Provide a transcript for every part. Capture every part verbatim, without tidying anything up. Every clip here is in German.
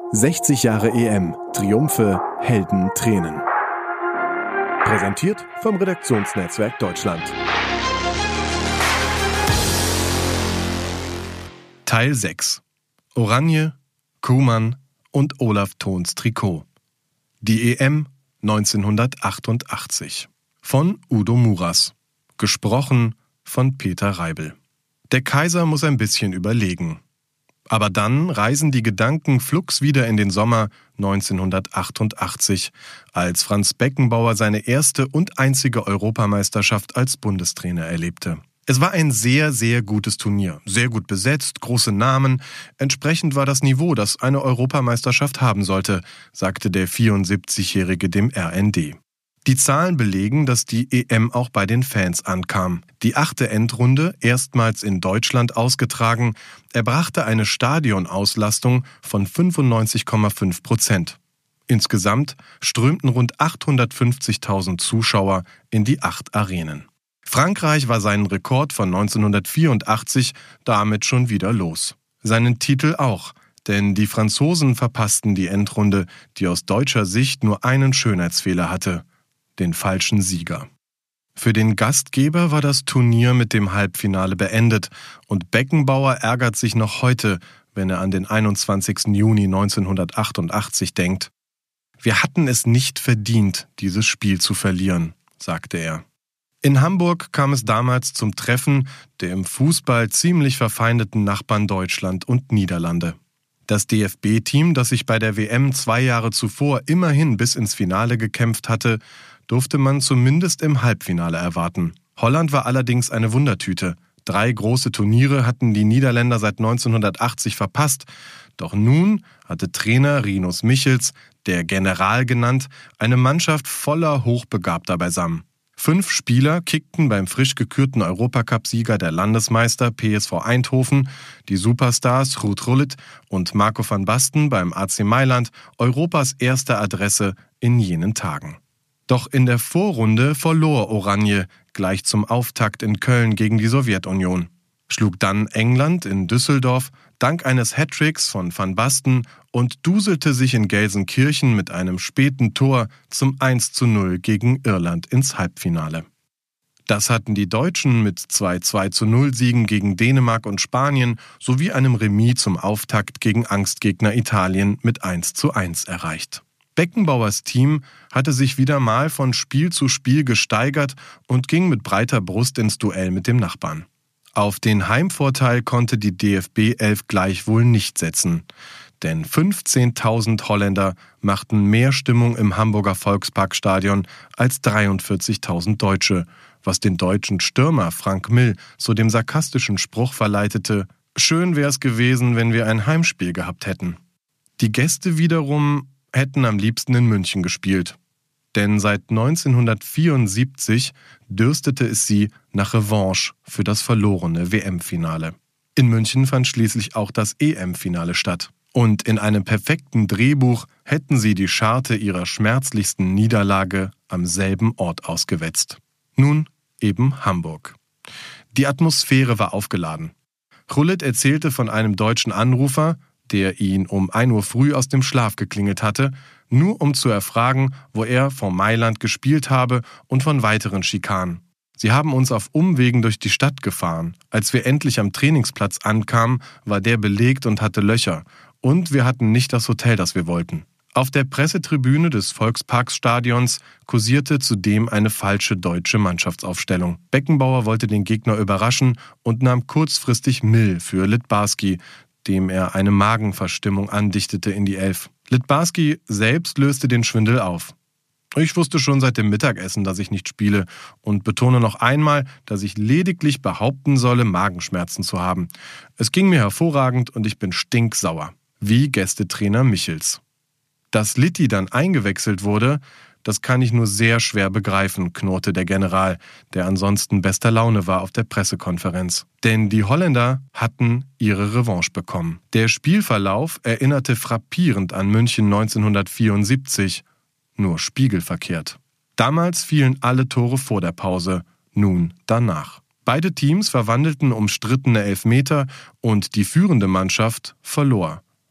sechzig Jahre E M. Triumphe, Helden, Tränen. Präsentiert vom Redaktionsnetzwerk Deutschland. Teil sechs. Oranje, Koeman und Olaf Thons Trikot. Die E M neunzehnhundertachtundachtzig. Von Udo Muras. Gesprochen von Peter Reibel. Der Kaiser muss ein bisschen überlegen. Aber dann reisen die Gedanken flugs wieder in den Sommer neunzehnhundertachtundachtzig, als Franz Beckenbauer seine erste und einzige Europameisterschaft als Bundestrainer erlebte. Es war ein sehr, sehr gutes Turnier, sehr gut besetzt, große Namen. Entsprechend war das Niveau, das eine Europameisterschaft haben sollte, sagte der vierundsiebzigjährige dem R N D. Die Zahlen belegen, dass die E M auch bei den Fans ankam. Die achte Endrunde, erstmals in Deutschland ausgetragen, erbrachte eine Stadionauslastung von fünfundneunzig Komma fünf Prozent. Insgesamt strömten rund achthundertfünfzigtausend Zuschauer in die acht Arenen. Frankreich war seinen Rekord von neunzehnhundertvierundachtzig damit schon wieder los. Seinen Titel auch, denn die Franzosen verpassten die Endrunde, die aus deutscher Sicht nur einen Schönheitsfehler hatte: den falschen Sieger. Für den Gastgeber war das Turnier mit dem Halbfinale beendet und Beckenbauer ärgert sich noch heute, wenn er an den einundzwanzigsten Juni neunzehnhundertachtundachtzig denkt. Wir hatten es nicht verdient, dieses Spiel zu verlieren, sagte er. In Hamburg kam es damals zum Treffen der im Fußball ziemlich verfeindeten Nachbarn Deutschland und Niederlande. Das D F B-Team, das sich bei der W M zwei Jahre zuvor immerhin bis ins Finale gekämpft hatte, durfte man zumindest im Halbfinale erwarten. Holland war allerdings eine Wundertüte. Drei große Turniere hatten die Niederländer seit neunzehnhundertachtzig verpasst. Doch nun hatte Trainer Rinus Michels, der General genannt, eine Mannschaft voller Hochbegabter beisammen. Fünf Spieler kickten beim frisch gekürten Europacup-Sieger der Landesmeister P S V Eindhoven, die Superstars Ruud Gullit und Marco van Basten beim A C Mailand, Europas erste Adresse in jenen Tagen. Doch in der Vorrunde verlor Oranje gleich zum Auftakt in Köln gegen die Sowjetunion. Schlug dann England in Düsseldorf dank eines Hattricks von Van Basten und duselte sich in Gelsenkirchen mit einem späten Tor zum eins zu null gegen Irland ins Halbfinale. Das hatten die Deutschen mit zwei zwei zu null Siegen gegen Dänemark und Spanien sowie einem Remis zum Auftakt gegen Angstgegner Italien mit eins zu eins erreicht. Beckenbauers Team hatte sich wieder mal von Spiel zu Spiel gesteigert und ging mit breiter Brust ins Duell mit dem Nachbarn. Auf den Heimvorteil konnte die D F B elf gleichwohl nicht setzen, denn fünfzehntausend Holländer machten mehr Stimmung im Hamburger Volksparkstadion als dreiundvierzigtausend Deutsche, was den deutschen Stürmer Frank Mill zu dem sarkastischen Spruch verleitete: Schön wär's gewesen, wenn wir ein Heimspiel gehabt hätten. Die Gäste wiederum hätten am liebsten in München gespielt. Denn seit neunzehnhundertvierundsiebzig dürstete es sie nach Revanche für das verlorene W M-Finale. In München fand schließlich auch das E M-Finale statt. Und in einem perfekten Drehbuch hätten sie die Scharte ihrer schmerzlichsten Niederlage am selben Ort ausgewetzt. Nun eben Hamburg. Die Atmosphäre war aufgeladen. Gullit erzählte von einem deutschen Anrufer, der ihn um ein Uhr früh aus dem Schlaf geklingelt hatte, nur um zu erfragen, wo er vor Mailand gespielt habe und von weiteren Schikanen. Sie haben uns auf Umwegen durch die Stadt gefahren. Als wir endlich am Trainingsplatz ankamen, war der belegt und hatte Löcher. Und wir hatten nicht das Hotel, das wir wollten. Auf der Pressetribüne des Volksparkstadions kursierte zudem eine falsche deutsche Mannschaftsaufstellung. Beckenbauer wollte den Gegner überraschen und nahm kurzfristig Mill für Littbarski, dem er eine Magenverstimmung andichtete, in die Elf. Littbarski selbst löste den Schwindel auf. Ich wusste schon seit dem Mittagessen, dass ich nicht spiele und betone noch einmal, dass ich lediglich behaupten solle, Magenschmerzen zu haben. Es ging mir hervorragend und ich bin stinksauer, wie Gästetrainer Michels. Dass Litti dann eingewechselt wurde, das kann ich nur sehr schwer begreifen, knurrte der General, der ansonsten bester Laune war auf der Pressekonferenz. Denn die Holländer hatten ihre Revanche bekommen. Der Spielverlauf erinnerte frappierend an München neunzehnhundertvierundsiebzig, nur spiegelverkehrt. Damals fielen alle Tore vor der Pause, nun danach. Beide Teams verwandelten umstrittene Elfmeter und die führende Mannschaft verlor.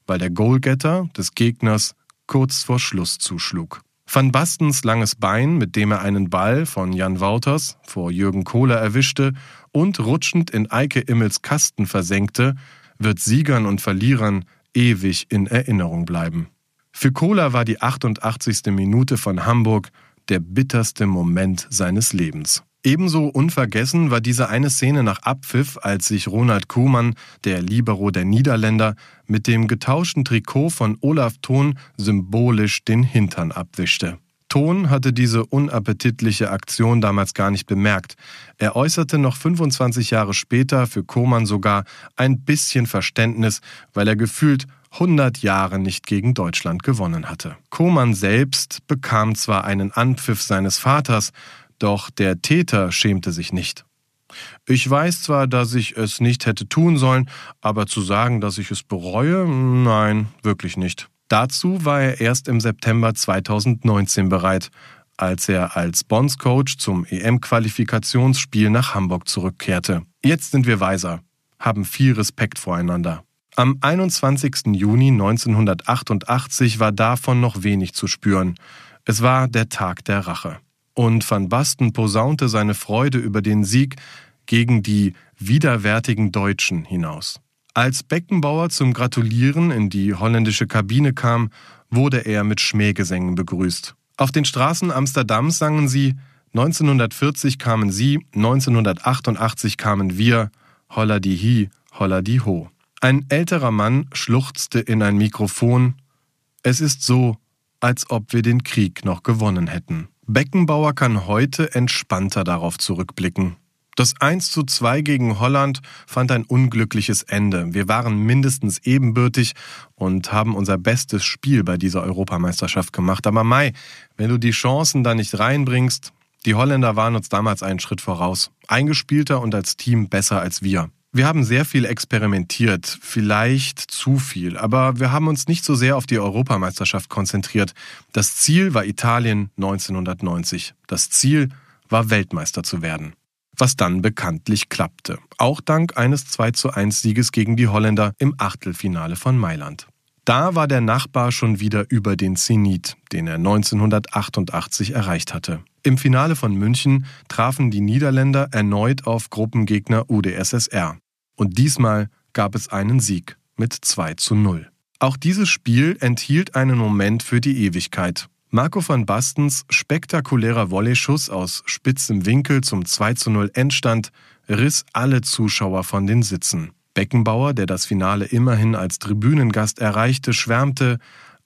weil der Goalgetter des Gegners kurz vor Schluss zuschlug. Van Bastens langes Bein, mit dem er einen Ball von Jan Wouters vor Jürgen Kohler erwischte und rutschend in Eike Immels Kasten versenkte, wird Siegern und Verlierern ewig in Erinnerung bleiben. Für Kohler war die achtundachtzigste Minute von Hamburg der bitterste Moment seines Lebens. Ebenso unvergessen war diese eine Szene nach Abpfiff, als sich Ronald Koeman, der Libero der Niederländer, mit dem getauschten Trikot von Olaf Thon symbolisch den Hintern abwischte. Thon hatte diese unappetitliche Aktion damals gar nicht bemerkt. Er äußerte noch fünfundzwanzig Jahre später für Koeman sogar ein bisschen Verständnis, weil er gefühlt hundert Jahre nicht gegen Deutschland gewonnen hatte. Koeman selbst bekam zwar einen Anpfiff seines Vaters, doch der Täter schämte sich nicht. Ich weiß zwar, dass ich es nicht hätte tun sollen, aber zu sagen, dass ich es bereue, nein, wirklich nicht. Dazu war er erst im September zweitausendneunzehn bereit, als er als Bondscoach zum E M-Qualifikationsspiel nach Hamburg zurückkehrte. Jetzt sind wir weiser, haben viel Respekt voreinander. Am einundzwanzigsten Juni neunzehnhundertachtundachtzig war davon noch wenig zu spüren. Es war der Tag der Rache. Und Van Basten posaunte seine Freude über den Sieg gegen die widerwärtigen Deutschen hinaus. Als Beckenbauer zum Gratulieren in die holländische Kabine kam, wurde er mit Schmähgesängen begrüßt. Auf den Straßen Amsterdams sangen sie: neunzehnhundertvierzig kamen sie, neunzehnhundertachtundachtzig kamen wir, holla die hi, holla die ho. Ein älterer Mann schluchzte in ein Mikrofon: Es ist so, als ob wir den Krieg noch gewonnen hätten. Beckenbauer kann heute entspannter darauf zurückblicken. Das eins zu zwei gegen Holland fand ein unglückliches Ende. Wir waren mindestens ebenbürtig und haben unser bestes Spiel bei dieser Europameisterschaft gemacht. Aber Mai, wenn du die Chancen da nicht reinbringst, die Holländer waren uns damals einen Schritt voraus. Eingespielter und als Team besser als wir. Wir haben sehr viel experimentiert, vielleicht zu viel, aber wir haben uns nicht so sehr auf die Europameisterschaft konzentriert. Das Ziel war Italien neunzehnhundertneunzig. Das Ziel war, Weltmeister zu werden. Was dann bekanntlich klappte. Auch dank eines zwei zu eins Sieges gegen die Holländer im Achtelfinale von Mailand. Da war der Nachbar schon wieder über den Zenit, den er neunzehnhundertachtundachtzig erreicht hatte. Im Finale von München trafen die Niederländer erneut auf Gruppengegner U d S S R. Und diesmal gab es einen Sieg mit zwei zu null. Auch dieses Spiel enthielt einen Moment für die Ewigkeit. Marco van Bastens spektakulärer Volleyschuss aus spitzem Winkel zum zwei zu null Endstand riss alle Zuschauer von den Sitzen. Beckenbauer, der das Finale immerhin als Tribünengast erreichte, schwärmte: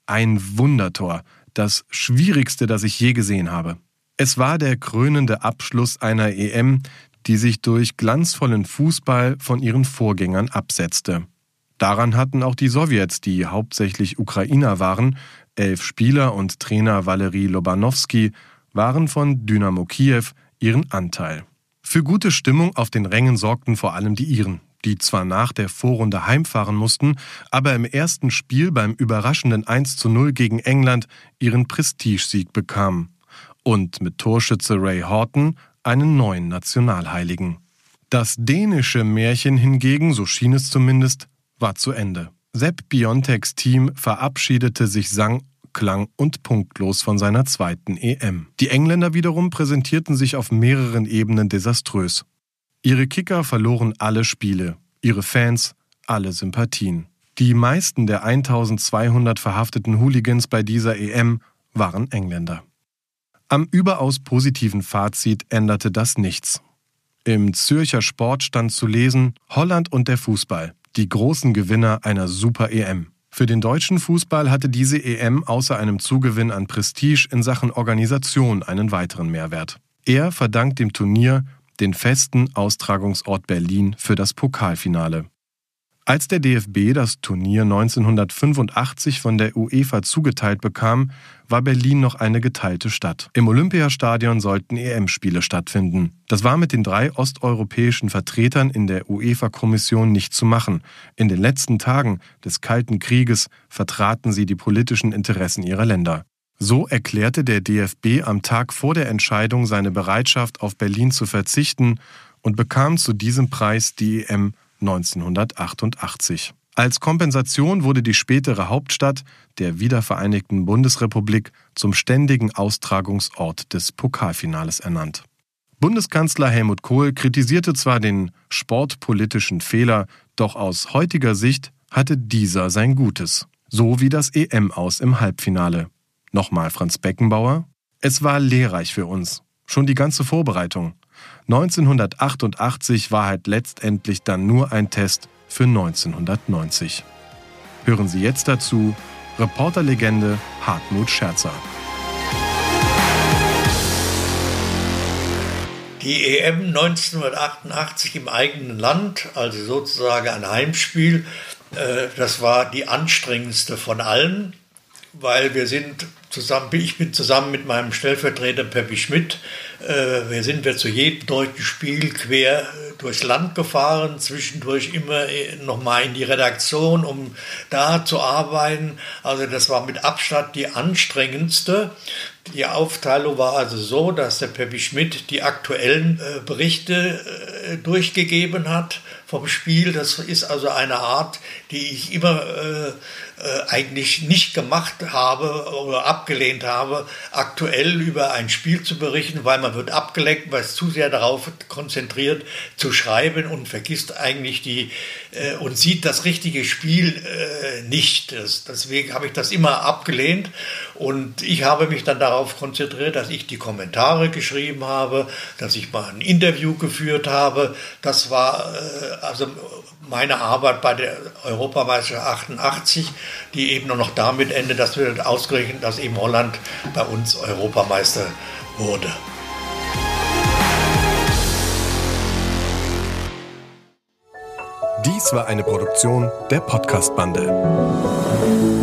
Ein Wundertor, das schwierigste, das ich je gesehen habe. Es war der krönende Abschluss einer E M, die sich durch glanzvollen Fußball von ihren Vorgängern absetzte. Daran hatten auch die Sowjets, die hauptsächlich Ukrainer waren, elf Spieler und Trainer Valery Lobanowski waren von Dynamo Kiew, ihren Anteil. Für gute Stimmung auf den Rängen sorgten vor allem die Iren, die zwar nach der Vorrunde heimfahren mussten, aber im ersten Spiel beim überraschenden eins zu null gegen England ihren Prestigesieg bekamen und mit Torschütze Ray Horton einen neuen Nationalheiligen. Das dänische Märchen hingegen, so schien es zumindest, war zu Ende. Sepp Biontecs Team verabschiedete sich sang-, klang- und punktlos von seiner zweiten E M. Die Engländer wiederum präsentierten sich auf mehreren Ebenen desaströs. Ihre Kicker verloren alle Spiele, ihre Fans alle Sympathien. Die meisten der eintausendzweihundert verhafteten Hooligans bei dieser E M waren Engländer. Am überaus positiven Fazit änderte das nichts. Im Zürcher Sport stand zu lesen: Holland und der Fußball, die großen Gewinner einer Super-E M. Für den deutschen Fußball hatte diese E M außer einem Zugewinn an Prestige in Sachen Organisation einen weiteren Mehrwert. Er verdankt dem Turnier den festen Austragungsort Berlin für das Pokalfinale. Als der D F B das Turnier neunzehnhundertfünfundachtzig von der UEFA zugeteilt bekam, war Berlin noch eine geteilte Stadt. Im Olympiastadion sollten E M-Spiele stattfinden. Das war mit den drei osteuropäischen Vertretern in der UEFA-Kommission nicht zu machen. In den letzten Tagen des Kalten Krieges vertraten sie die politischen Interessen ihrer Länder. So erklärte der D F B am Tag vor der Entscheidung seine Bereitschaft, auf Berlin zu verzichten und bekam zu diesem Preis die E M neunzehnhundertachtundachtzig. Als Kompensation wurde die spätere Hauptstadt der wiedervereinigten Bundesrepublik zum ständigen Austragungsort des Pokalfinales ernannt. Bundeskanzler Helmut Kohl kritisierte zwar den sportpolitischen Fehler, doch aus heutiger Sicht hatte dieser sein Gutes. So wie das E M-Aus im Halbfinale. Nochmal Franz Beckenbauer: Es war lehrreich für uns. Schon die ganze Vorbereitung. neunzehnhundertachtundachtzig war halt letztendlich dann nur ein Test für neunzehnhundertneunzig. Hören Sie jetzt dazu Reporterlegende Hartmut Scherzer. Die E M neunzehnhundertachtundachtzig im eigenen Land, also sozusagen ein Heimspiel, äh, das war die anstrengendste von allen, weil wir sind zusammen, ich bin zusammen mit meinem Stellvertreter Peppi Schmidt, äh, wir sind wir zu jedem deutschen Spiel quer durchs Land gefahren, zwischendurch immer nochmal in die Redaktion, um da zu arbeiten. Also das war mit Abstand die anstrengendste. Die Aufteilung war also so, dass der Peppi Schmidt die aktuellen äh, Berichte äh, durchgegeben hat vom Spiel. Das ist also eine Art, die ich immer äh, äh, eigentlich nicht gemacht habe oder abgelehnt habe, aktuell über ein Spiel zu berichten, weil man wird abgelenkt, weil es zu sehr darauf konzentriert zu schreiben und vergisst eigentlich die äh, und sieht das richtige Spiel äh, nicht. Das, deswegen habe ich das immer abgelehnt und ich habe mich dann darauf konzentriert, dass ich die Kommentare geschrieben habe, dass ich mal ein Interview geführt habe. Das war äh, also meine Arbeit bei der Europameisterschaft achtundachtzig, die eben nur noch damit endet, dass wir ausgerechnet, dass eben Holland bei uns Europameister wurde. Dies war eine Produktion der Podcast-Bande.